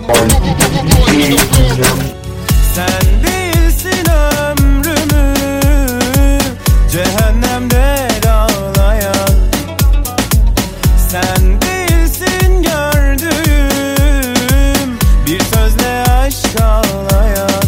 Sen değilsin ömrümü cehennemde dağlayan, sen değilsin gördüğüm bir sözle aşk ağlayan.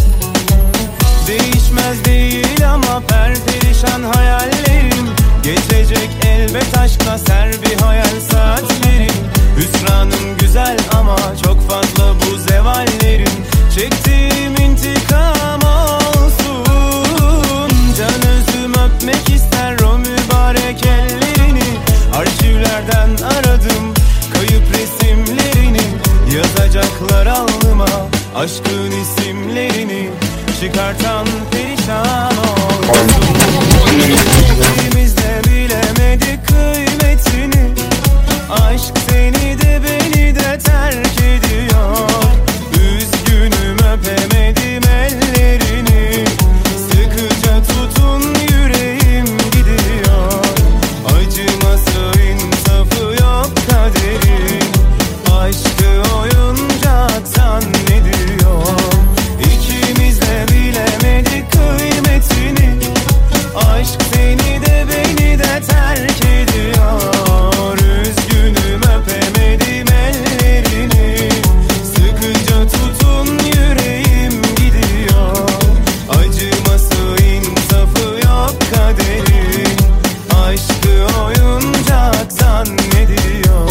Değişmez değil ama perperişan hayallerim, geçecek elbet aşkla ser bir hayal saatlerim. Hüsranım güzel ama çok fazla bu zevallerim, çektiğim intikam olsun. Can özüm öpmek ister o mübarek ellerini, arşivlerden aradım kayıp resimlerini. Yazacaklar alnıma aşkın isimlerini, çıkartan perişan olsun. İkimiz de bilemedik kıymetini, aşk seni de beni de terk ediyor. Üzgünüm öpemedim ellerini, sıkıca tutun yüreğim gidiyor. Acıması insafı yok kaderin, aşkı oyuncak zannediyor. İkimiz de bilemedik kıymetini, aşk seni de beni de terk ediyor. Üzgünüm öpemedim ellerini, sıkıca tutun yüreğim gidiyor. Acıması insafı yok kaderin, aşkı oyuncak zannediyor.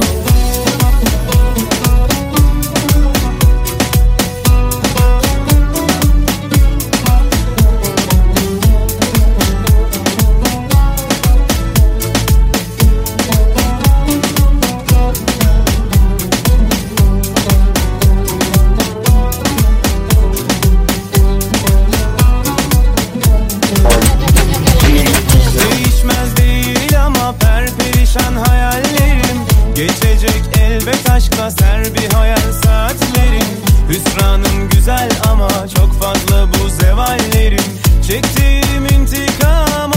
Değişmez değil ama perperişan hayallerim, geçecek elbet aşkla ser bir hayal saatlerim. Hüsranım güzel ama çok fazla bu zevallerim, çektiğim intikam